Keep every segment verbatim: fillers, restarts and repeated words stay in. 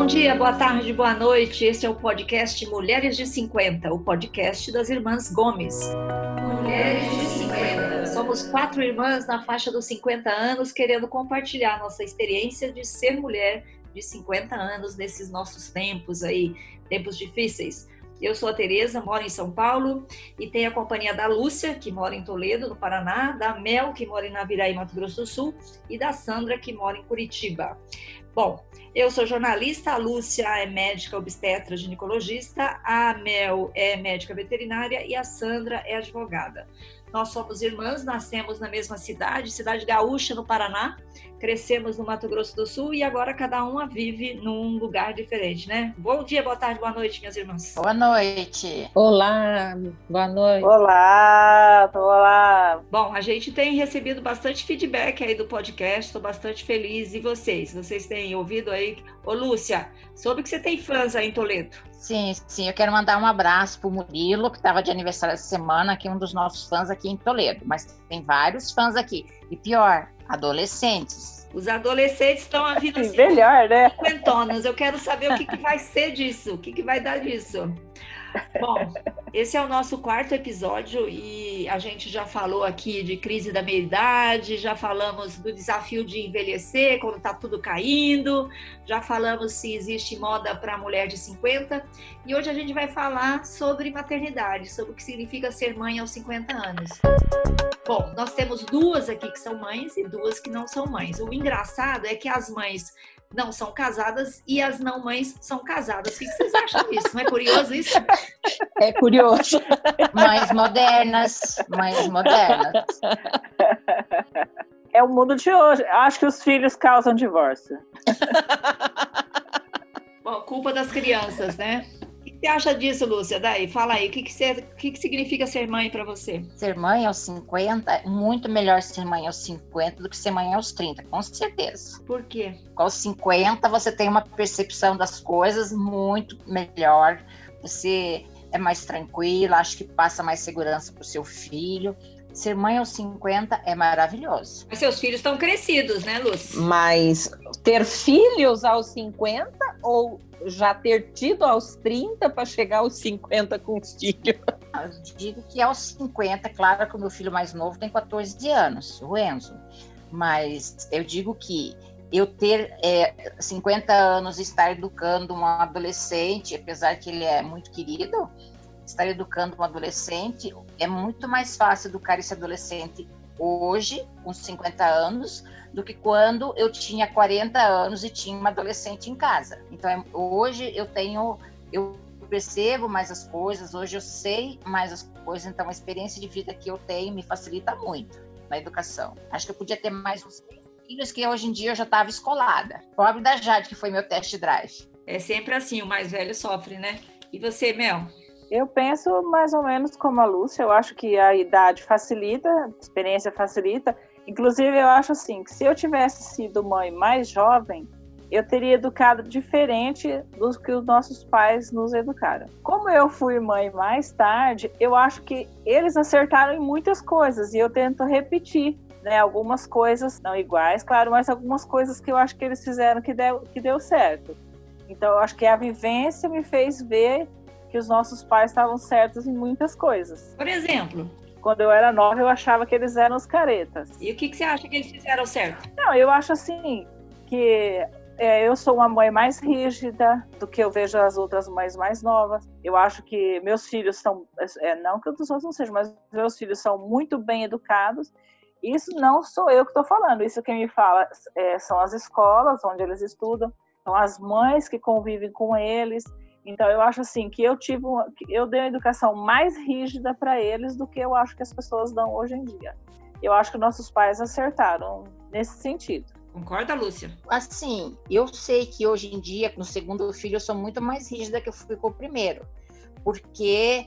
Bom dia, boa tarde, boa noite. Esse é o podcast Mulheres de cinquenta, o podcast das irmãs Gomes. Mulheres de cinquenta. Somos quatro irmãs na faixa dos cinquenta anos querendo compartilhar nossa experiência de ser mulher de cinquenta anos nesses nossos tempos aí, tempos difíceis. Eu sou a Tereza, moro em São Paulo e tenho a companhia da Lúcia, que mora em Toledo, no Paraná, da Mel, que mora em Naviraí, Mato Grosso do Sul, e da Sandra, que mora em Curitiba. Bom, eu sou jornalista, a Lúcia é médica obstetra ginecologista, a Mel é médica veterinária e a Sandra é advogada. Nós somos irmãs, nascemos na mesma cidade, cidade gaúcha, no Paraná, crescemos no Mato Grosso do Sul e agora cada uma vive num lugar diferente, né? Bom dia, boa tarde, boa noite, minhas irmãs. Boa noite. Olá, boa noite. Olá, olá. Bom, a gente tem recebido bastante feedback aí do podcast, estou bastante feliz. E vocês? Vocês têm ouvido aí? Ô, Lúcia, soube que você tem fãs aí em Toledo. Sim, sim, eu quero mandar um abraço pro Murilo, que estava de aniversário essa semana, que é um dos nossos fãs aqui em Toledo, mas tem vários fãs aqui, e pior, adolescentes. Os adolescentes estão vindo assim, melhor, né? cinquentonas. Eu quero saber o que, que vai ser disso, o que, que vai dar disso. Bom, esse é o nosso quarto episódio e a gente já falou aqui de crise da meia-idade, já falamos do desafio de envelhecer quando está tudo caindo, já falamos se existe moda para mulher de cinquenta e hoje a gente vai falar sobre maternidade, sobre o que significa ser mãe aos cinquenta anos. Bom, nós temos duas aqui que são mães e duas que não são mães. O engraçado é que as mães não são casadas e as não mães são casadas. O que vocês acham disso? Não é curioso isso? É curioso. Mães modernas, mães modernas. É o mundo de hoje. Acho que os filhos causam divórcio. Bom, culpa das crianças, né? O que você acha disso, Lúcia? Daí, fala aí, o que, que, você, o que, que significa ser mãe para você? Ser mãe aos cinquenta é muito melhor ser mãe aos cinquenta do que ser mãe aos trinta, com certeza. Por quê? Aos cinquenta você tem uma percepção das coisas muito melhor, você é mais tranquila, acho que passa mais segurança para o seu filho. Ser mãe aos cinquenta é maravilhoso. Mas seus filhos estão crescidos, né, Lúcia? Mas ter filhos aos cinquenta ou já ter tido aos trinta para chegar aos cinquenta com os filhos? Eu digo que aos cinquenta, claro que o meu filho mais novo tem quatorze anos, o Enzo. Mas eu digo que eu ter é, cinquenta anos e estar educando um adolescente, apesar que ele é muito querido, estar educando um adolescente, é muito mais fácil educar esse adolescente hoje, com cinquenta anos, do que quando eu tinha quarenta anos e tinha uma adolescente em casa. Então, é, hoje eu tenho, eu percebo mais as coisas, hoje eu sei mais as coisas, então a experiência de vida que eu tenho me facilita muito na educação. Acho que eu podia ter mais uns filhos que hoje em dia eu já estava escolada. Pobre da Jade, que foi meu test drive. É sempre assim, o mais velho sofre, né? E você, Mel? Eu penso mais ou menos como a Lúcia, eu acho que a idade facilita, a experiência facilita. Inclusive, eu acho assim, que se eu tivesse sido mãe mais jovem, eu teria educado diferente do que os nossos pais nos educaram. Como eu fui mãe mais tarde, eu acho que eles acertaram em muitas coisas e eu tento repetir, né, algumas coisas não iguais, claro, mas algumas coisas que eu acho que eles fizeram que deu, que deu certo. Então, eu acho que a vivência me fez ver que os nossos pais estavam certos em muitas coisas. Por exemplo? Quando eu era nova, eu achava que eles eram os caretas. E o que, que você acha que eles fizeram certo? Não, eu acho assim, que é, eu sou uma mãe mais rígida do que eu vejo as outras mães mais novas. Eu acho que meus filhos são, é, não que os outros não sejam, mas meus filhos são muito bem educados. Isso não sou eu que estou falando, isso quem me fala é, são as escolas onde eles estudam, são as mães que convivem com eles. Então, eu acho assim, que eu tive uma, eu dei uma educação mais rígida para eles do que eu acho que as pessoas dão hoje em dia. Eu acho que nossos pais acertaram nesse sentido. Concorda, Lúcia? Assim, eu sei que hoje em dia, no segundo filho, eu sou muito mais rígida que eu fui com o primeiro. Porque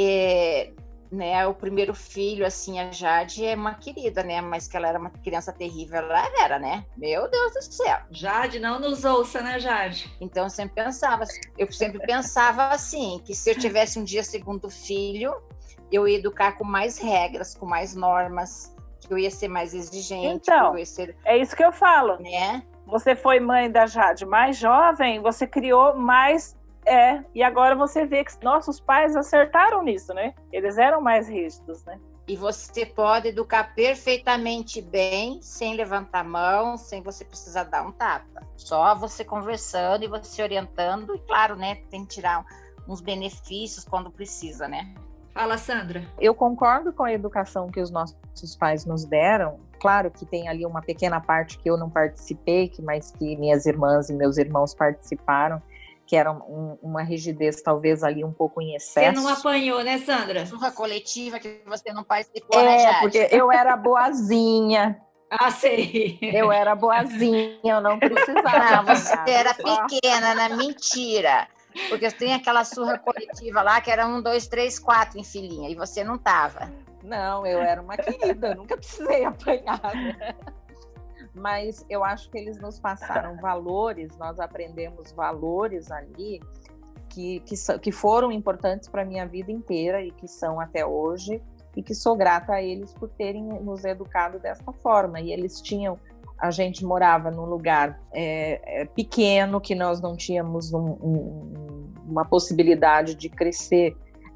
é, né, o primeiro filho, assim, a Jade é uma querida, né? Mas que ela era uma criança terrível, ela era, né? Meu Deus do céu. Jade, não nos ouça, né, Jade? Então, eu sempre pensava, eu sempre pensava assim, que se eu tivesse um dia segundo filho, eu ia educar com mais regras, com mais normas, que eu ia ser mais exigente. Então, que eu ia ser, é isso que eu falo. né? você foi mãe da Jade mais jovem, você criou mais, é, e agora você vê que nossos pais acertaram nisso, né? Eles eram mais rígidos, né? E você pode educar perfeitamente bem, sem levantar a mão, sem você precisar dar um tapa. Só você conversando e você orientando, e claro, né, tem que tirar uns benefícios quando precisa, né? Fala, Sandra. Eu concordo com a educação que os nossos pais nos deram. Claro que tem ali uma pequena parte que eu não participei, mas que minhas irmãs e meus irmãos participaram, que era um, uma rigidez talvez ali um pouco em excesso. Você não apanhou, né, Sandra? Surra coletiva que você não participou, é, né, Jade? Porque eu era boazinha. Ah, sei. Eu era boazinha, eu não precisava. Não, você era pequena, né? Mentira. Porque tem aquela surra coletiva lá que era um, dois, três, quatro em filinha, e você não estava. Não, eu era uma querida, nunca precisei apanhar, né? Mas eu acho que eles nos passaram valores, nós aprendemos valores ali que, que, que foram importantes para a minha vida inteira e que são até hoje, e que sou grata a eles por terem nos educado dessa forma. E eles tinham, a gente morava num lugar é, é, pequeno, que nós não tínhamos um, um, uma possibilidade de crescer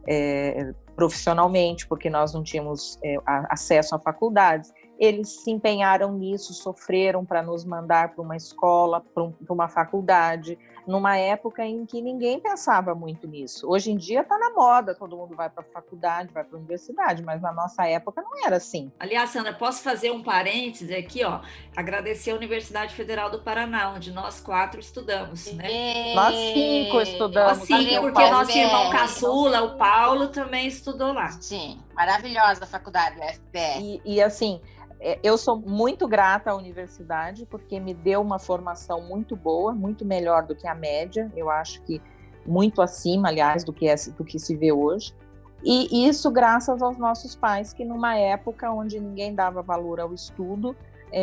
é, profissionalmente, porque nós não tínhamos é, acesso a faculdades. Eles se empenharam nisso, sofreram para nos mandar para uma escola, para um, uma faculdade, numa época em que ninguém pensava muito nisso. Hoje em dia está na moda, todo mundo vai para a faculdade, vai para a universidade, mas na nossa época não era assim. Aliás, Sandra, posso fazer um parêntese aqui, ó? Agradecer a Universidade Federal do Paraná, onde nós quatro estudamos, né? E... Nós cinco estudamos. Nós cinco, porque Paulo nosso irmão Bé. caçula, o Paulo, também estudou lá. Sim, maravilhosa a faculdade, o F P R. E, e assim, eu sou muito grata à universidade, porque me deu uma formação muito boa, muito melhor do que a média, eu acho que muito acima, aliás, do que, é, do que se vê hoje. E isso graças aos nossos pais, que numa época onde ninguém dava valor ao estudo,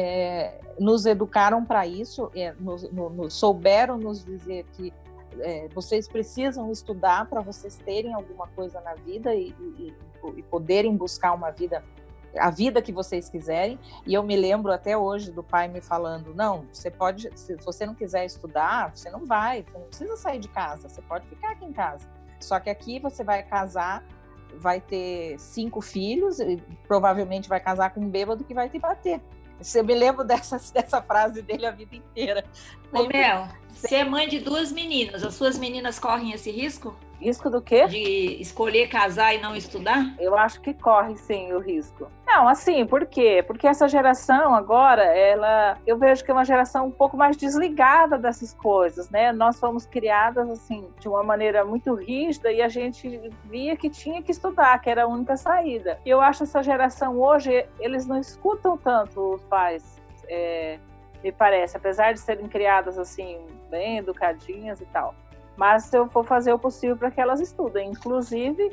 é, nos educaram para isso, é, nos, no, nos, souberam nos dizer que é, vocês precisam estudar para vocês terem alguma coisa na vida e, e, e poderem buscar uma vida, a vida que vocês quiserem. E eu me lembro até hoje do pai me falando, não, você pode, se você não quiser estudar, você não vai, você não precisa sair de casa, você pode ficar aqui em casa. Só que aqui você vai casar, vai ter cinco filhos, e provavelmente vai casar com um bêbado que vai te bater. Eu me lembro dessa, dessa frase dele a vida inteira. Ô, Mel, você é mãe de duas meninas, as suas meninas correm esse risco? Risco do quê? De escolher casar e não estudar? Eu acho que corre, sim, o risco. Não, assim, por quê? Porque essa geração agora, ela, eu vejo que é uma geração um pouco mais desligada dessas coisas, né? Nós fomos criadas, assim, de uma maneira muito rígida e a gente via que tinha que estudar, que era a única saída. E eu acho essa geração hoje, eles não escutam tanto os pais, é, me parece, apesar de serem criadas, assim, bem educadinhas e tal. Mas eu vou fazer o possível para que elas estudem. Inclusive,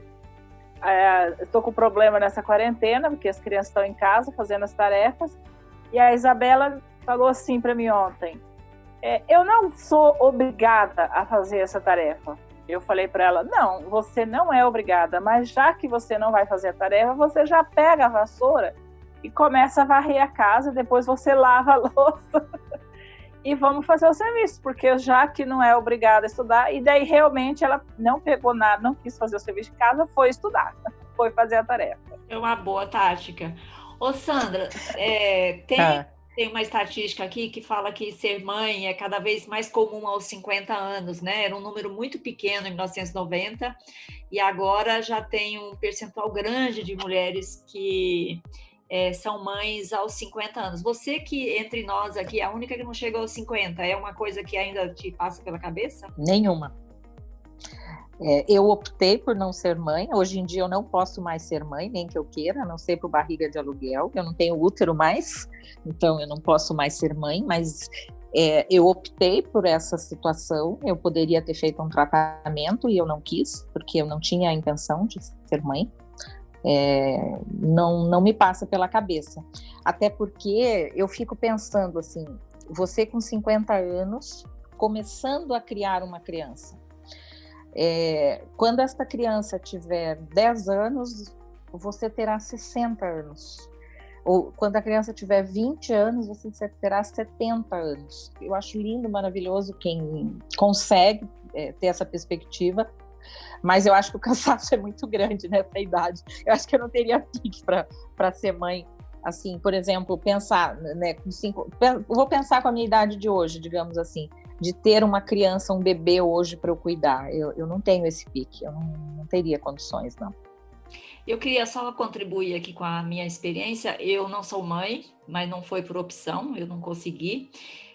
é, estou com problema nessa quarentena, porque as crianças estão em casa fazendo as tarefas, e a Isabela falou assim para mim ontem, é, eu não sou obrigada a fazer essa tarefa. Eu falei para ela, não, você não é obrigada, mas já que você não vai fazer a tarefa, você já pega a vassoura e começa a varrer a casa, depois você lava a louça. E vamos fazer o serviço, porque já que não é obrigada a estudar, e daí realmente ela não pegou nada, não quis fazer o serviço de casa, foi estudar, foi fazer a tarefa. É uma boa tática. Ô, Sandra, é, tem, ah. tem uma estatística aqui que fala que ser mãe é cada vez mais comum aos cinquenta anos, né? Era um número muito pequeno em mil novecentos e noventa, e agora já tem um percentual grande de mulheres que... É, são mães aos cinquenta anos. Você que, entre nós aqui, é a única que não chegou aos cinquenta, é uma coisa que ainda te passa pela cabeça? Nenhuma. É, eu optei por não ser mãe. Hoje em dia eu não posso mais ser mãe, nem que eu queira, a não ser por barriga de aluguel. Eu não tenho útero mais, então eu não posso mais ser mãe, mas é, eu optei por essa situação. Eu poderia ter feito um tratamento e eu não quis, porque eu não tinha a intenção de ser mãe. É, não, não me passa pela cabeça, até porque eu fico pensando assim, você com cinquenta anos, começando a criar uma criança, é, quando esta criança tiver dez anos, você terá sessenta anos, ou quando a criança tiver vinte anos, você terá setenta anos. Eu acho lindo, maravilhoso quem consegue é, ter essa perspectiva, mas eu acho que o cansaço é muito grande nessa idade. Eu acho que eu não teria pique para ser mãe, assim, por exemplo, pensar, né, com cinco, vou pensar com a minha idade de hoje, digamos assim, de ter uma criança, um bebê hoje para eu cuidar. Eu, eu não tenho esse pique, eu não, não teria condições, não. Eu queria só contribuir aqui com a minha experiência. Eu não sou mãe, mas não foi por opção, eu não consegui.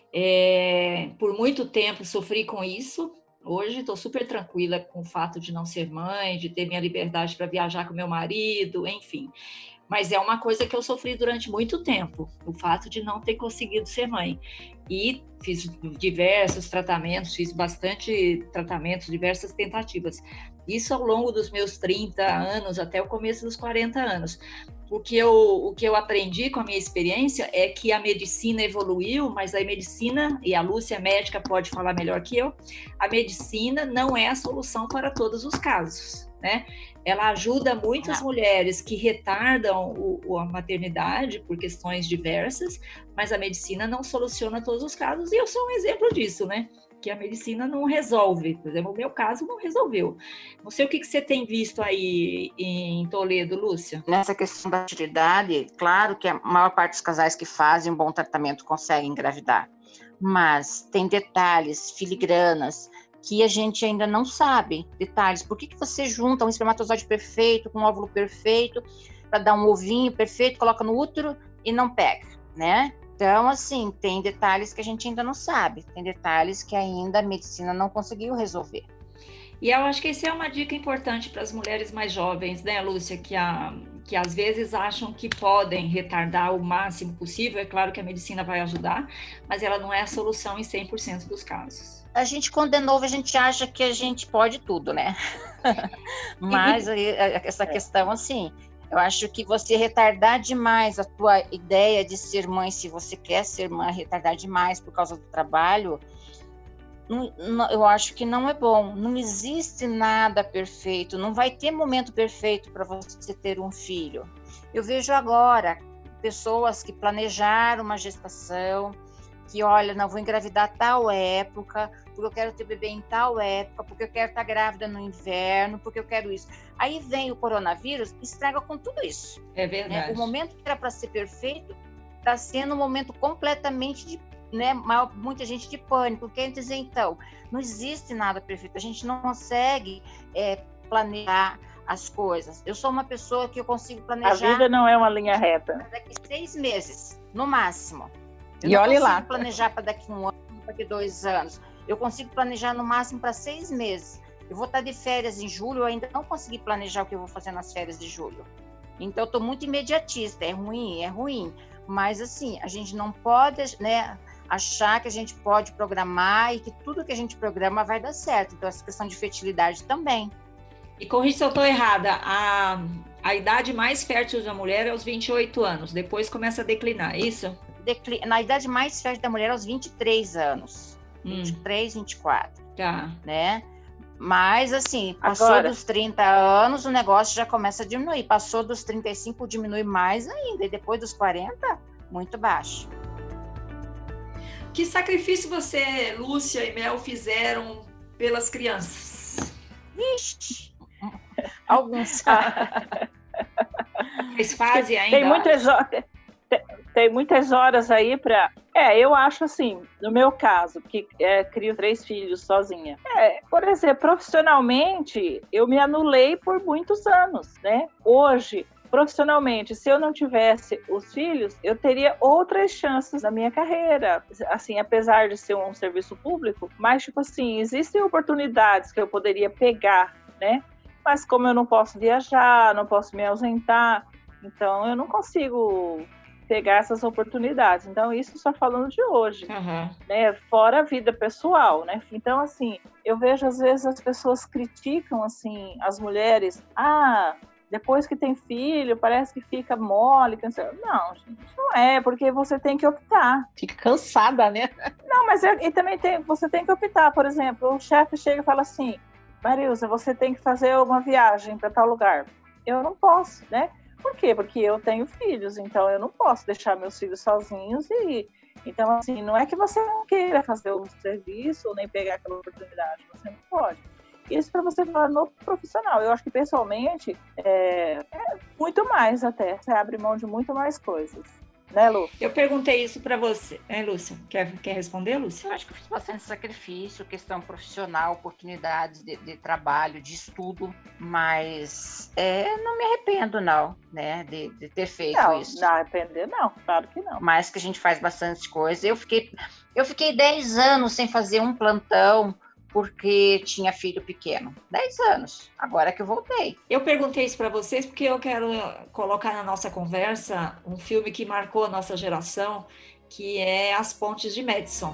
É, por muito tempo sofri com isso. Hoje estou super tranquila com o fato de não ser mãe, de ter minha liberdade para viajar com meu marido, enfim. Mas é uma coisa que eu sofri durante muito tempo, o fato de não ter conseguido ser mãe. E fiz diversos tratamentos, fiz bastante tratamentos, diversas tentativas. Isso ao longo dos meus trinta anos, até o começo dos quarenta anos. O que, eu, o que eu aprendi com a minha experiência é que a medicina evoluiu, mas a medicina, e a Lúcia médica pode falar melhor que eu, a medicina não é a solução para todos os casos, né? Ela ajuda muitas mulheres que retardam o, a maternidade por questões diversas, mas a medicina não soluciona todos os casos, e eu sou um exemplo disso, né? Que a medicina não resolve. Por exemplo, no meu caso, não resolveu. Não sei o que, que você tem visto aí em Toledo, Lúcia? Nessa questão da fertilidade, claro que a maior parte dos casais que fazem um bom tratamento conseguem engravidar, mas tem detalhes, filigranas, que a gente ainda não sabe, detalhes. Por que, que você junta um espermatozoide perfeito com um óvulo perfeito para dar um ovinho perfeito, coloca no útero e não pega, né? Então, assim, tem detalhes que a gente ainda não sabe, tem detalhes que ainda a medicina não conseguiu resolver. E eu acho que isso é uma dica importante para as mulheres mais jovens, né, Lúcia, que, a, que às vezes acham que podem retardar o máximo possível. É claro que a medicina vai ajudar, mas ela não é a solução em cem por cento dos casos. A gente, quando é novo, a gente acha que a gente pode tudo, né? Mas essa questão, assim, eu acho que você retardar demais a tua ideia de ser mãe, se você quer ser mãe, retardar demais por causa do trabalho, não, não, eu acho que não é bom. Não existe nada perfeito, não vai ter momento perfeito para você ter um filho. Eu vejo agora pessoas que planejaram uma gestação, que olha, não, vou engravidar tal época, porque eu quero ter bebê em tal época, porque eu quero estar grávida no inverno, porque eu quero isso. Aí vem o coronavírus e estraga com tudo isso. É verdade. Né? O momento que era para ser perfeito está sendo um momento completamente de, né, muita gente de pânico. Quer dizer, então, não existe nada perfeito. A gente não consegue é, planejar as coisas. Eu sou uma pessoa que eu consigo planejar... A vida não é uma linha reta. Daqui seis meses, no máximo. Eu e olhe lá. Eu consigo planejar para daqui um ano, para daqui dois anos. Eu consigo planejar no máximo para seis meses. Eu vou estar de férias em julho, eu ainda não consegui planejar o que eu vou fazer nas férias de julho. Então, eu estou muito imediatista. É ruim, é ruim. Mas, assim, a gente não pode, né, achar que a gente pode programar e que tudo que a gente programa vai dar certo. Então, essa questão de fertilidade também. E corrija se eu estou errada, a, a idade mais fértil da mulher é aos vinte e oito anos. Depois começa a declinar, é isso? Na idade mais fértil da mulher é aos vinte e três anos, hum. vinte e três, vinte e quatro, tá. Né? Mas assim, passou Agora, dos trinta anos, o negócio já começa a diminuir, passou dos trinta e cinco, diminui mais ainda, e depois dos quarenta, muito baixo. Que sacrifício você, Lúcia e Mel, fizeram pelas crianças? Vixe, alguns. Vocês fazem ainda? Tem muitas horas... Tem muitas horas aí para... É, eu acho assim, no meu caso, que é, crio três filhos sozinha. É, por exemplo, profissionalmente, eu me anulei por muitos anos, né? Hoje, profissionalmente, se eu não tivesse os filhos, eu teria outras chances na minha carreira. Assim, apesar de ser um serviço público, mas, tipo assim, existem oportunidades que eu poderia pegar, né? Mas como eu não posso viajar, não posso me ausentar, então eu não consigo... pegar essas oportunidades. Então, isso só falando de hoje, uhum. né? Fora a vida pessoal, né? Então, assim, eu vejo às vezes as pessoas criticam, assim, as mulheres, ah, depois que tem filho, parece que fica mole, cansada. Não, gente, não é, porque você tem que optar. Fica cansada, né? Não, mas é, e também tem, você tem que optar. Por exemplo, o chefe chega e fala assim, Marilza, você tem que fazer uma viagem para tal lugar. Eu não posso, né? Por quê? Porque eu tenho filhos, então eu não posso deixar meus filhos sozinhos e... Então, assim, não é que você não queira fazer o serviço ou nem pegar aquela oportunidade, você não pode. Isso para você falar no profissional. Eu acho que, pessoalmente, é, é muito mais até. Você abre mão de muito mais coisas. Né, Lu? Eu perguntei isso para você, né, Lúcia? Quer, quer responder, Lúcia? Eu acho que eu fiz bastante sacrifício, questão profissional, oportunidades de, de trabalho, de estudo, mas é, não me arrependo, não, né, de, de ter feito não, isso. Não, arrepender não, claro que não. Mas que a gente faz bastante coisa. Eu fiquei, eu fiquei dez anos sem fazer um plantão, porque tinha filho pequeno. Dez anos, agora que eu voltei. Eu perguntei isso para vocês porque eu quero colocar na nossa conversa um filme que marcou a nossa geração, que é As Pontes de Madison.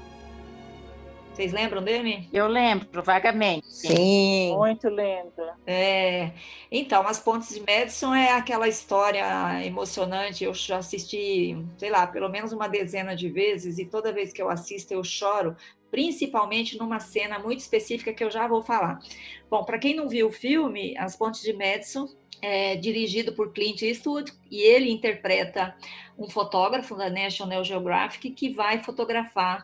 Vocês lembram dele? Eu lembro, vagamente. Sim. Muito lindo. É, então, As Pontes de Madison é aquela história emocionante. Eu já assisti, sei lá, pelo menos uma dezena de vezes, e toda vez que eu assisto eu choro, principalmente numa cena muito específica que eu já vou falar. Bom, para quem não viu o filme, As Pontes de Madison, é dirigido por Clint Eastwood, e ele interpreta um fotógrafo da National Geographic que vai fotografar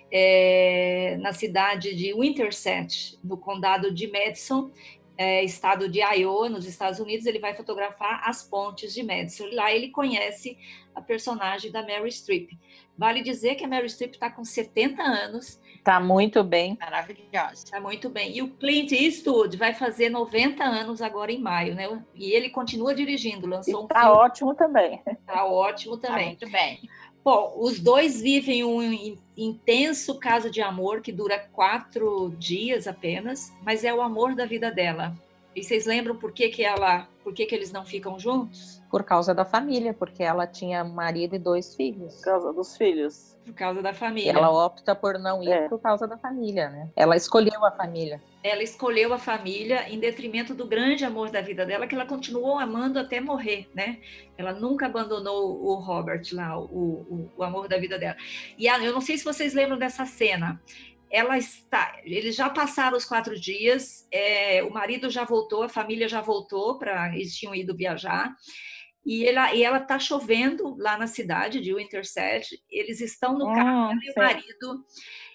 é, na cidade de Winterset, no condado de Madison, é, estado de Iowa, nos Estados Unidos. Ele vai fotografar as pontes de Madison. Lá ele conhece a personagem da Meryl Streep. Vale dizer que a Meryl Streep está com setenta anos. Tá muito bem. Maravilhosa. Está muito bem. E o Clint Eastwood vai fazer noventa anos agora em maio, né? E ele continua dirigindo, lançou um tá filme. ótimo também. Tá ótimo também. Tá muito bem. Bom, os dois vivem um intenso caso de amor que dura quatro dias apenas, mas é o amor da vida dela. E vocês lembram por que que ela, por que que eles não ficam juntos? Por causa da família, porque ela tinha marido e dois filhos. Por causa dos filhos. Por causa da família. Ela opta por não ir É. por causa da família, né? Ela escolheu a família. Ela escolheu a família em detrimento do grande amor da vida dela, que ela continuou amando até morrer, né? Ela nunca abandonou o Robert lá, o, o, o amor da vida dela. E a, eu não sei se vocês lembram dessa cena. Ela está, eles já passaram os quatro dias, é, o marido já voltou, a família já voltou, para eles tinham ido viajar. E ela e ela está chovendo lá na cidade de Winterset. Eles estão no carro, Hum, ela e o sim. marido.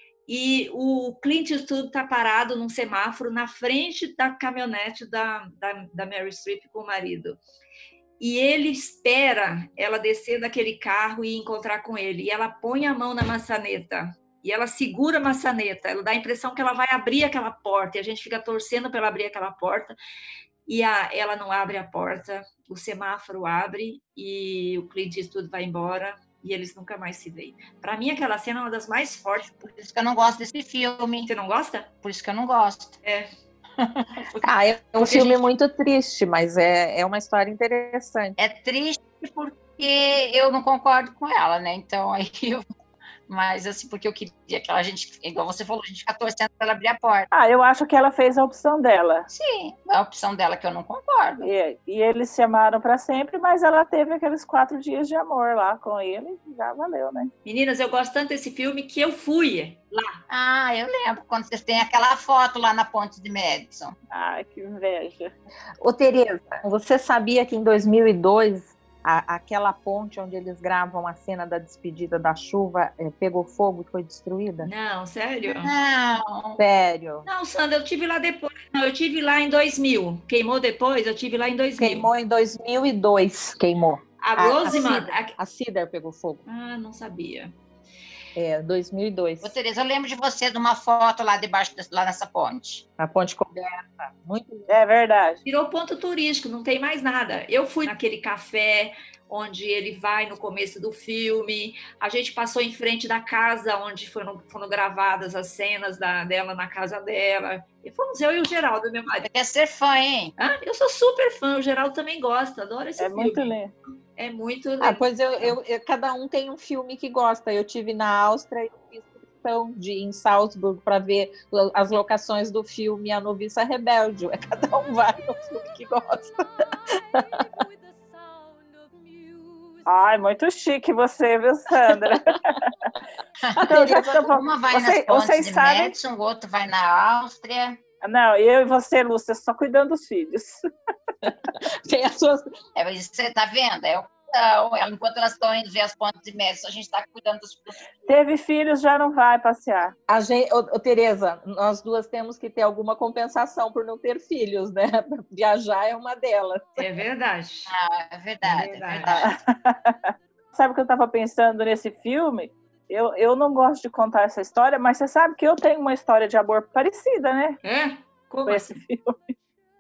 E o Clint Eastwood está parado num semáforo na frente da caminhonete da, da, da Meryl Streep com o marido. E ele espera ela descer daquele carro e encontrar com ele. E ela põe a mão na maçaneta. E ela segura a maçaneta. Ela dá a impressão que ela vai abrir aquela porta. E a gente fica torcendo para ela abrir aquela porta. E a, ela não abre a porta. O semáforo abre e o Clint Eastwood vai embora. E eles nunca mais se veem. Para mim, aquela cena é uma das mais fortes. Por isso que eu não gosto desse filme. Você não gosta? Por isso que eu não gosto. É. Ah, é um Porque filme a gente- muito triste, mas é, é uma história interessante. É triste porque eu não concordo com ela, né? Então aí eu. Mas assim, porque eu queria que a gente, igual você falou, a gente fica torcendo para ela abrir a porta. Ah, eu acho que ela fez a opção dela. Sim, é a opção dela que eu não concordo. E, e eles se amaram para sempre, mas ela teve aqueles quatro dias de amor lá com ele, já valeu, né? Meninas, eu gosto tanto desse filme que eu fui lá. Ah, eu lembro quando vocês têm aquela foto lá na Ponte de Madison. Ai, que inveja. Ô, Tereza, você sabia que em dois mil e dois, a, aquela ponte onde eles gravam a cena da despedida da chuva eh, pegou fogo e foi destruída? Não, sério? Não, Sério. Não, Sandra, eu tive lá depois. Não, eu tive lá em dois mil. Queimou depois? Eu tive lá em dois mil. Queimou em dois mil e dois, queimou. A a- a Rosemont... Cedar. A Cedar pegou fogo. Ah, não sabia. É, dois mil e dois. ô Tereza, eu lembro de você de uma foto lá debaixo, desse- lá nessa ponte. A ponte coberta. Muito É verdade. Virou ponto turístico, não tem mais nada. Eu fui naquele café onde ele vai no começo do filme. A gente passou em frente da casa onde foram, foram gravadas as cenas da, dela na casa dela. E fomos eu e o Geraldo, meu marido. Você quer ser fã, hein? Ah, eu sou super fã, o Geraldo também gosta, adoro esse É filme. muito lindo. É muito Ah, legal. pois eu, eu, eu- cada um tem um filme que gosta. Eu tive na Áustria e eu fiz questão de ir em Salzburg para ver lo- as locações do filme A Noviça Rebelde. É, cada um vai no filme que gosta. Ai, muito chique você, viu, Sandra? Então, já que eu vou- Uma vai Você- nas pontes vocês de sabem- Madison, o outro vai na Áustria. Não, eu e você, Lúcia, só cuidando dos filhos. Tem as suas... É, mas você tá vendo? É Não, enquanto elas estão indo ver as pontes de Médici, a gente está cuidando dos... Teve filhos, já não vai passear. A gente, ô, ô, Tereza, nós duas temos que ter alguma compensação por não ter filhos, né? Viajar é uma delas. É verdade. Ah, é verdade, é verdade. É verdade. Sabe o que eu estava pensando nesse filme? Eu, eu não gosto de contar essa história, mas você sabe que eu tenho uma história de amor parecida, né? É? Como com assim? esse filme.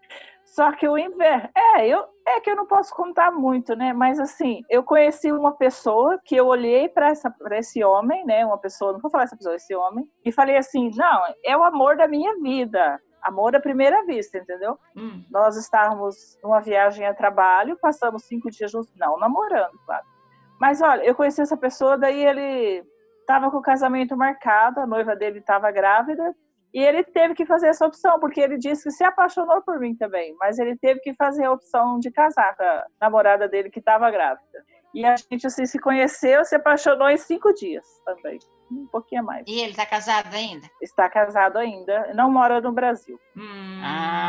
Só que o inverno... É, eu, é que eu não posso contar muito, né? Mas, assim, eu conheci uma pessoa que eu olhei para esse homem, né? Uma pessoa, não vou falar essa pessoa, esse homem, e falei assim, não, é o amor da minha vida. Amor à primeira vista, entendeu? Hum. Nós estávamos numa viagem a trabalho, passamos cinco dias juntos, não namorando, claro. Mas, olha, eu conheci essa pessoa, daí ele estava com o casamento marcado, a noiva dele estava grávida, e ele teve que fazer essa opção, porque ele disse que se apaixonou por mim também, mas ele teve que fazer a opção de casar com a namorada dele que estava grávida. E a gente assim, se conheceu, se apaixonou em cinco dias também, um pouquinho a mais. E ele está casado ainda? Está casado ainda, não mora no Brasil. Hum.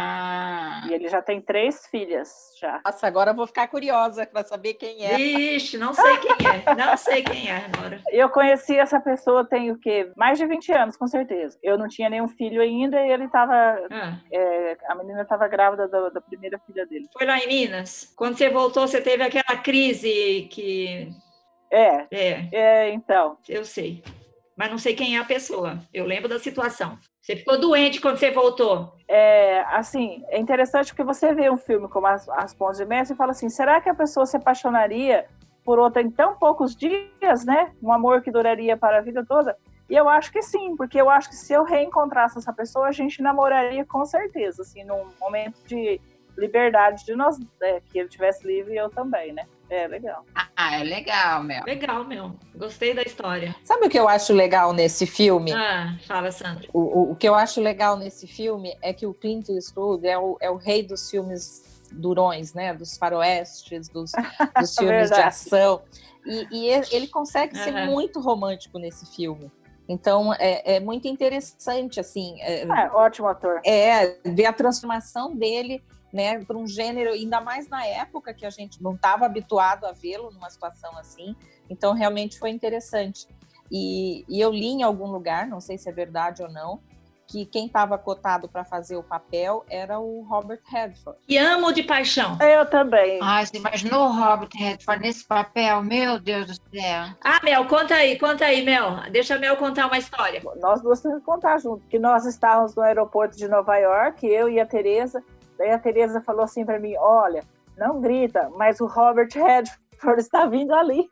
Ah. E ele já tem três filhas, já. Nossa, agora eu vou ficar curiosa para saber quem é. Ixi, não sei quem é, não sei quem é agora. Eu conheci essa pessoa tem o quê? Mais de vinte anos, com certeza. Eu não tinha nenhum filho ainda e ele estava... Ah. É, a menina estava grávida da, da primeira filha dele. Foi lá em Minas? Quando você voltou, você teve aquela crise que... É, é, é então. Eu sei, mas não sei quem é a pessoa. Eu lembro da situação. Você ficou doente quando você voltou? É, assim, é interessante porque você vê um filme como As, As Pontes de Médici e fala assim, será que a pessoa se apaixonaria por outra em tão poucos dias, né? Um amor que duraria para a vida toda? E eu acho que sim, porque eu acho que se eu reencontrasse essa pessoa, a gente namoraria com certeza, assim, num momento de liberdade de nós, né, que ele tivesse livre e eu também, né? É legal. Ah, é legal, meu. Legal, meu. Gostei da história. Sabe o que eu acho legal nesse filme? Ah, fala, Sandra. O, o, o que eu acho legal nesse filme é que o Clint Eastwood é o, é o rei dos filmes durões, né? Dos faroestes, dos, dos filmes de ação. E, e ele consegue ser Uhum. muito romântico nesse filme. Então, é, é muito interessante, assim... É, é, ótimo ator. É, ver a transformação dele, né, para um gênero, ainda mais na época que a gente não estava habituado a vê-lo numa situação assim. Então, realmente foi interessante. E, e eu li em algum lugar, não sei se é verdade ou não, que quem estava cotado para fazer o papel era o Robert Redford. E amo de paixão. Eu também. Ai, você imaginou o Robert Redford nesse papel? Meu Deus do céu. Ah, Mel, conta aí, conta aí, Mel. Deixa a Mel contar uma história. Nós duas temos que contar junto, que nós estávamos no aeroporto de Nova York, eu e a Tereza. Daí a Tereza falou assim para mim, olha, não grita, mas o Robert Redford está vindo ali.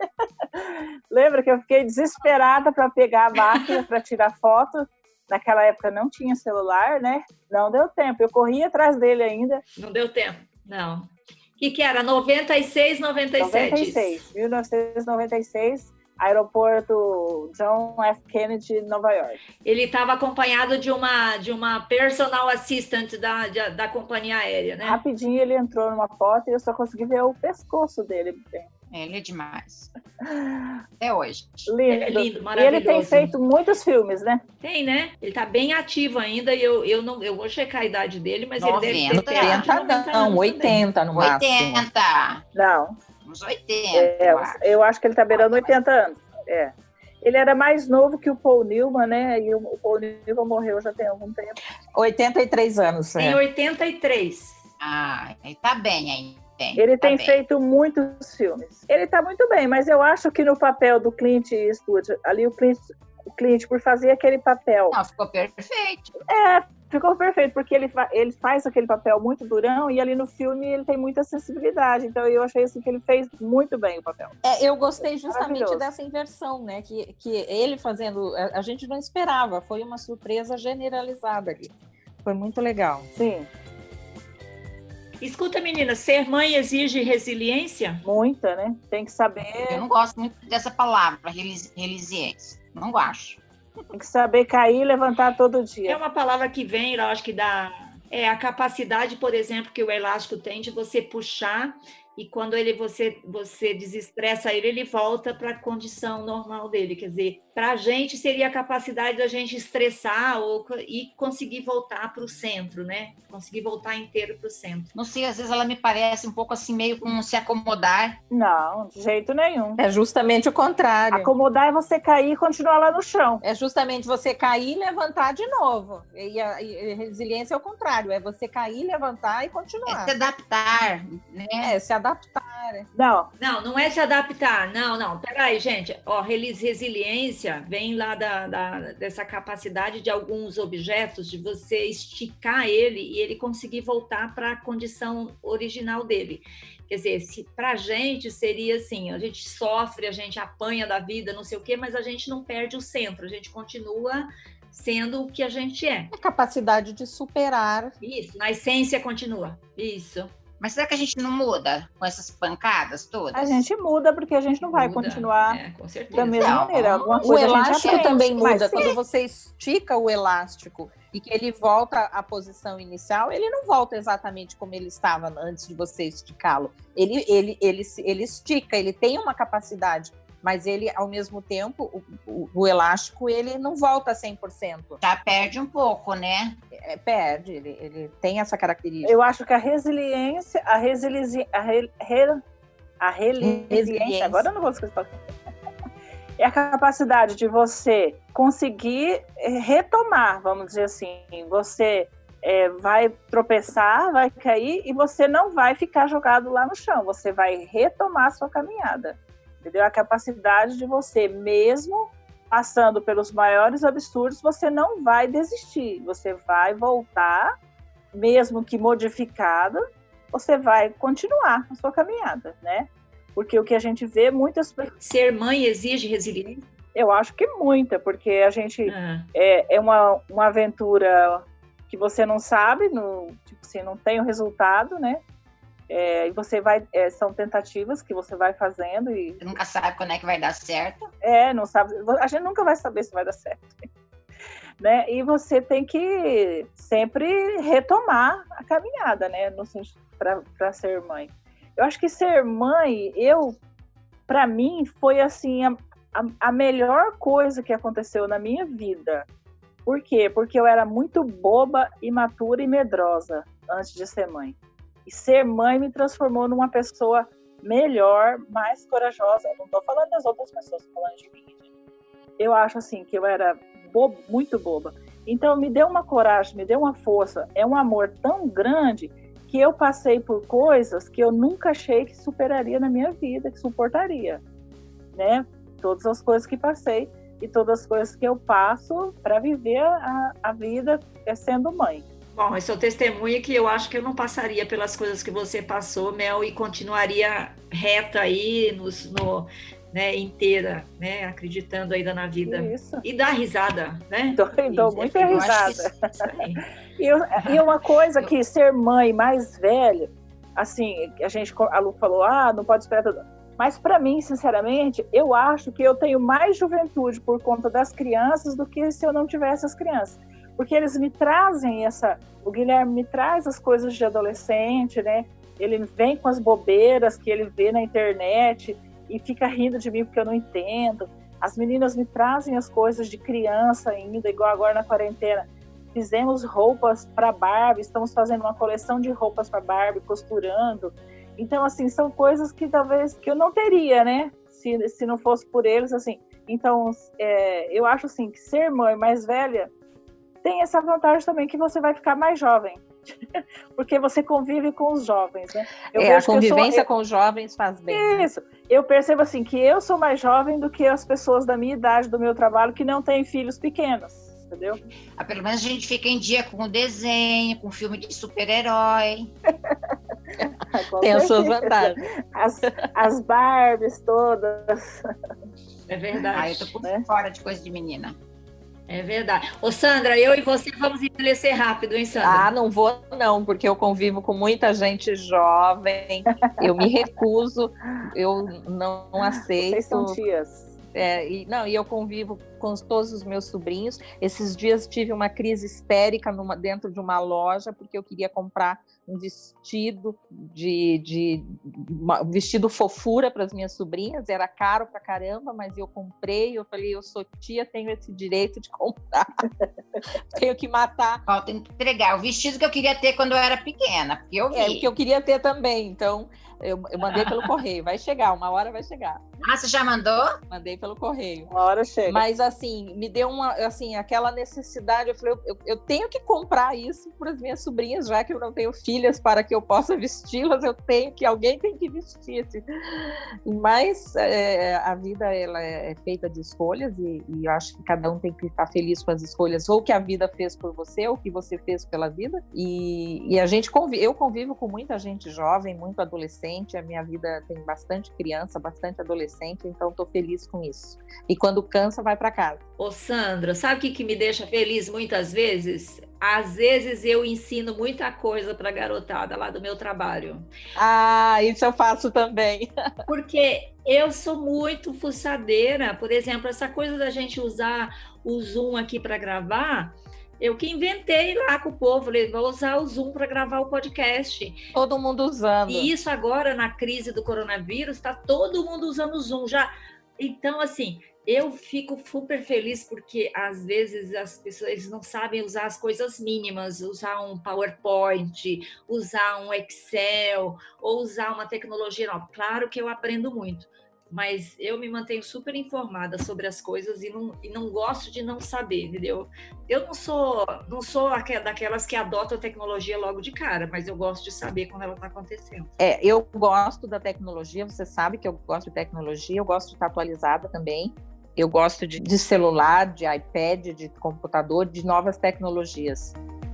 Lembra que eu fiquei desesperada para pegar a máquina para tirar foto? Naquela época não tinha celular, né? Não deu tempo. Eu corri atrás dele ainda. Não deu tempo, não. O que que era? noventa e seis, noventa e sete? noventa e seis, mil novecentos e noventa e seis, aeroporto John F. Kennedy, Nova York. Ele estava acompanhado de uma, de uma personal assistant da, de, da companhia aérea, né? Rapidinho ele entrou numa foto e eu só consegui ver o pescoço dele. Ele é demais. Até hoje. Lindo. Ele é lindo, E maravilhoso. ele tem feito muitos filmes, né? Tem, né? Ele tá bem ativo ainda e eu, eu, não, eu vou checar a idade dele, mas noventa. ele deve ter noventa não, oitenta no máximo. oitenta. Não. Uns oitenta, É, eu acho. eu acho que ele tá beirando oitenta anos. É. Ele era mais novo que o Paul Newman, né? E o Paul Newman morreu já tem algum tempo. oitenta e três anos. Tem é. oitenta e três. Ah, ele tá bem aí. Tem, Ele tá tem bem. feito muitos filmes. Ele tá muito bem, mas eu acho que no papel do Clint Eastwood, ali o Clint, o Clint por fazer aquele papel... Não, ficou perfeito. É, ficou perfeito, porque ele, fa ele faz aquele papel muito durão e ali no filme ele tem muita sensibilidade. Então eu achei assim, que ele fez muito bem o papel. É, eu gostei justamente Maravilhoso. dessa inversão, né? Que, que ele fazendo, a, a gente não esperava, foi uma surpresa generalizada ali. Foi muito legal. Sim, Escuta, menina, ser mãe exige resiliência? muita, né? Tem que saber, Eu não gosto muito dessa palavra, relis- resiliência. Não gosto. tem que saber cair e levantar todo É dia. uma palavra que vem, eu acho que dá... É a capacidade, por exemplo, que o elástico tem de você puxar e quando ele você você desestressa ele, ele volta para a condição normal dele. Quer dizer, para a gente seria a capacidade da gente estressar ou, e conseguir voltar para o centro, né? Conseguir voltar inteiro para o centro. Não sei, às vezes ela me parece um pouco assim, meio com se acomodar. Não, de jeito nenhum. É justamente o contrário. Acomodar é você cair e continuar lá no chão. É justamente você cair e levantar de novo. E a, e a resiliência é o contrário, é você cair, levantar e continuar. É se adaptar, né? É, se adaptar. Não. Não, não é se adaptar. Não, não. Peraí, gente. Ó, resiliência vem lá da, da, dessa capacidade de alguns objetos de você esticar ele e ele conseguir voltar para a condição original dele. Quer dizer, se para a gente seria assim, a gente sofre, a gente apanha da vida, não sei o quê, mas a gente não perde o centro, a gente continua sendo o que a gente é. A capacidade de superar. Isso, na essência continua. Isso. Mas será que a gente não muda com essas pancadas todas? A gente muda porque a gente não vai Muda, continuar é, com certeza. da mesma Não. maneira. Alguma O coisa a gente elástico aprende, também muda. mas Quando você estica o elástico e que ele volta à posição inicial, ele não volta exatamente como ele estava antes de você esticá-lo. Ele, ele, ele, ele estica, ele tem uma capacidade, mas ele, ao mesmo tempo, o, o, o elástico, ele não volta a cem por cento. Já perde um pouco, né? É, perde, ele, ele tem essa característica. eu acho que a resiliência, a resiliência, a, re, re, a resiliência, Resiliência. agora eu não vou esquecer. É a capacidade de você conseguir retomar, vamos dizer assim, você é, vai tropeçar, vai cair e você não vai ficar jogado lá no chão, você vai retomar a sua caminhada, entendeu? A capacidade de você, mesmo passando pelos maiores absurdos, você não vai desistir, você vai voltar, mesmo que modificado, você vai continuar a sua caminhada, né? Porque o que a gente vê, muitas pessoas... Ser mãe exige resiliência? Eu acho que muita, porque a gente... Ah. É, é uma, uma aventura que você não sabe, no, tipo assim, não tem o resultado, né? É, e você vai... É, são tentativas que você vai fazendo e... Você nunca sabe quando é que vai dar certo. É, não sabe... A gente nunca vai saber se vai dar certo. Né? E você tem que sempre retomar a caminhada, né? Para ser mãe. Eu acho que ser mãe, eu, para mim, foi assim a, a, a melhor coisa que aconteceu na minha vida. Por quê? Porque eu era muito boba, imatura e medrosa antes de ser mãe. E ser mãe me transformou numa pessoa melhor, mais corajosa. Não estou falando das outras pessoas, estou falando de mim. Eu acho assim que eu era bobo, muito boba. Então me deu uma coragem, me deu uma força, é um amor tão grande que eu passei por coisas que eu nunca achei que superaria na minha vida, que suportaria, né? Todas as coisas que passei e todas as coisas que eu passo para viver a, a vida sendo mãe. Bom, esse é o testemunho que eu acho que eu não passaria pelas coisas que você passou, Mel, e continuaria reta aí, nos, no, né, inteira, né, acreditando ainda na vida. Isso. E dar risada, né? Dou, dou muita risada. Isso, isso aí. E, eu, e uma coisa que ser mãe mais velha, assim, a gente, a Lu falou, ah, não pode esperar tudo. Mas para mim, sinceramente, eu acho que eu tenho mais juventude por conta das crianças do que se eu não tivesse as crianças. Porque eles me trazem essa... O Guilherme me traz as coisas de adolescente, né? Ele vem com as bobeiras que ele vê na internet e fica rindo de mim porque eu não entendo. As meninas me trazem as coisas de criança ainda, igual agora na quarentena. Fizemos roupas para Barbie, estamos fazendo uma coleção de roupas para Barbie, costurando. Então, assim, são coisas que talvez que eu não teria, né? Se, se não fosse por eles, assim. Então, é, eu acho, assim, que ser mãe mais velha tem essa vantagem também que você vai ficar mais jovem. Porque você convive com os jovens, né? Eu é, a convivência sou, eu, com os jovens faz bem. Isso. Né? Eu percebo, assim, que eu sou mais jovem do que as pessoas da minha idade, do meu trabalho, que não têm filhos pequenos. Entendeu? Ah, pelo menos a gente fica em dia com o desenho, com filme de super-herói. Tem as suas vantagens. As, as Barbies todas. É verdade. Ah, eu tô por né? fora de coisa de menina. É verdade. Ô, Sandra, eu e você vamos envelhecer rápido, hein, Sandra? Ah, não vou não, porque eu convivo com muita gente jovem, eu me recuso, eu não aceito. Vocês são tias. É, e, não, e eu convivo com todos os meus sobrinhos. Esses dias tive uma crise histérica numa, dentro de uma loja, porque eu queria comprar um vestido de, de uma, um vestido fofura para as minhas sobrinhas. Era caro pra caramba, mas eu comprei. Eu falei, eu sou tia, tenho esse direito de comprar. Tenho que matar. Falta entregar o vestido que eu queria ter quando eu era pequena, porque eu vi. É, o que eu queria ter também, então eu, eu mandei pelo correio. Vai chegar, uma hora vai chegar. Ah, você já mandou? Mandei pelo correio. Uma hora chega. Mas assim, me deu uma, assim, aquela necessidade. Eu falei, eu, eu tenho que comprar isso para as minhas sobrinhas, já que eu não tenho filhas para que eu possa vesti-las, eu tenho que, alguém tem que vestir. Assim. Mas é, a vida ela é feita de escolhas e, e eu acho que cada um tem que estar feliz com as escolhas, ou que a vida fez por você, ou que você fez pela vida. E, e a gente convive, eu convivo com muita gente jovem, muito adolescente. A minha vida tem bastante criança, bastante adolescente, então estou feliz com isso. E quando cansa, vai para casa. Ô Sandra, sabe o que, que me deixa feliz muitas vezes? Às vezes eu ensino muita coisa para a garotada lá do meu trabalho. Ah, isso eu faço também. Porque eu sou muito fuçadeira. Por exemplo, essa coisa da gente usar o Zoom aqui para gravar, eu que inventei lá com o povo. Falei, vou usar o Zoom para gravar o podcast. Todo mundo usando. E isso agora, na crise do coronavírus, está todo mundo usando o Zoom já. Então, assim, eu fico super feliz porque, às vezes, as pessoas não sabem usar as coisas mínimas, usar um PowerPoint, usar um Excel, ou usar uma tecnologia nova. Claro que eu aprendo muito, mas eu me mantenho super informada sobre as coisas e não, e não gosto de não saber, entendeu? Eu não sou, não sou daquelas que adotam a tecnologia logo de cara, mas eu gosto de saber quando ela está acontecendo. É, eu gosto da tecnologia, você sabe que eu gosto de tecnologia, eu gosto de estar atualizada também. Eu gosto de, de celular, de iPad, de computador, de novas tecnologias.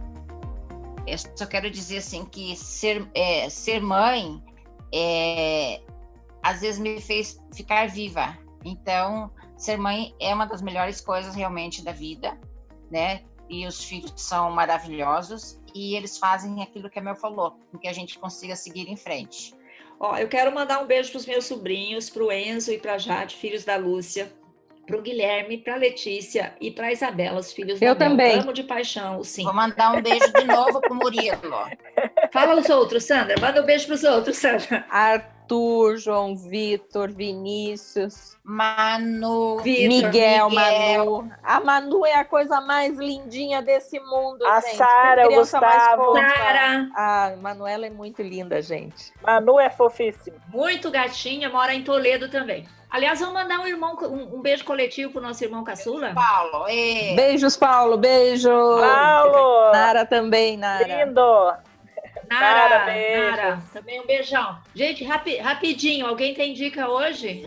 Eu só quero dizer assim que ser, é, ser mãe é, às vezes me fez ficar viva. Então, ser mãe é uma das melhores coisas realmente da vida, né? E os filhos são maravilhosos e eles fazem aquilo que a Mel falou, com que a gente consiga seguir em frente. Ó, eu quero mandar um beijo para os meus sobrinhos, para o Enzo e para a Jade, filhos da Lúcia, para o Guilherme, para a Letícia e para a Isabela, os filhos da Eu Bel. também. Amo de paixão, sim. Vou mandar um beijo de novo para o Murilo. Fala os outros, Sandra. Manda um beijo para os outros, Sandra. Arthur, João Vitor, Vinícius, Manu, Vitor, Miguel, Miguel. Manu. A Manu é a coisa mais lindinha desse mundo, A gente. Sara, Que o criança mais Gustavo. fofa. Sara, A Manuela é muito linda, gente. Manu é fofíssima. muito gatinha, mora em Toledo também. Aliás, vamos mandar um, irmão, um, um beijo coletivo para o nosso irmão caçula. Paulo. E... Beijos, Paulo. Beijo. Paulo! Nara também, Nara. Lindo! Nara, Nara, beijos. Nara, também um beijão. Gente, rapi, rapidinho, alguém tem dica hoje?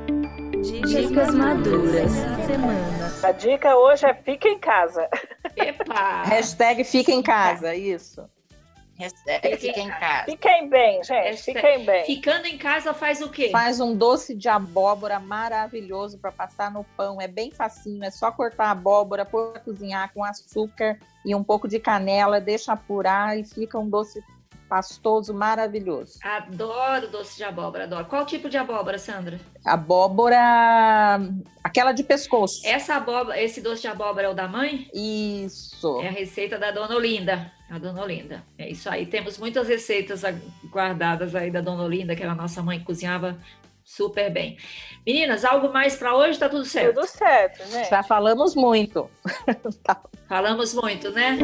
Dicas maduras da semana. A dica hoje é fica em casa. Epa! Hashtag fica em casa, isso. Hashtag fica em casa. Fiquem bem, gente. Hashtag Fiquem bem. Ficando em casa faz o quê? Faz um doce de abóbora maravilhoso para passar no pão. É bem facinho, é só cortar a abóbora, pôr pra cozinhar com açúcar e um pouco de canela, deixa apurar e fica um doce pastoso maravilhoso. Adoro doce de abóbora, adoro. Qual tipo de abóbora, Sandra? Abóbora, aquela de pescoço. Essa abóbora, esse doce de abóbora é o da mãe? Isso. É a receita da Dona Olinda. A Dona Olinda. É isso aí. Temos muitas receitas guardadas aí da Dona Olinda, que era a nossa mãe que cozinhava super bem. Meninas, algo mais para hoje? Tá tudo certo? Tudo certo, gente. Já falamos muito. Tá. Falamos muito, né?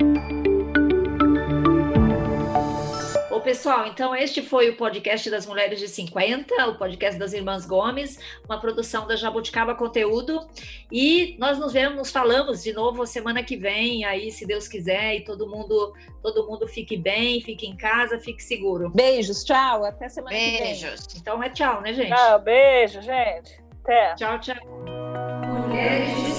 Ô, pessoal, então este foi o podcast das Mulheres de cinquenta, o podcast das Irmãs Gomes, uma produção da Jabuticaba Conteúdo, e nós nos vemos, nos falamos de novo a semana que vem, aí, se Deus quiser, e todo mundo, todo mundo fique bem, fique em casa, fique seguro. Beijos, tchau, até semana que vem. Beijos. Então é tchau, né, gente? Tchau, beijo, gente. Até. Tchau, tchau. Mulheres de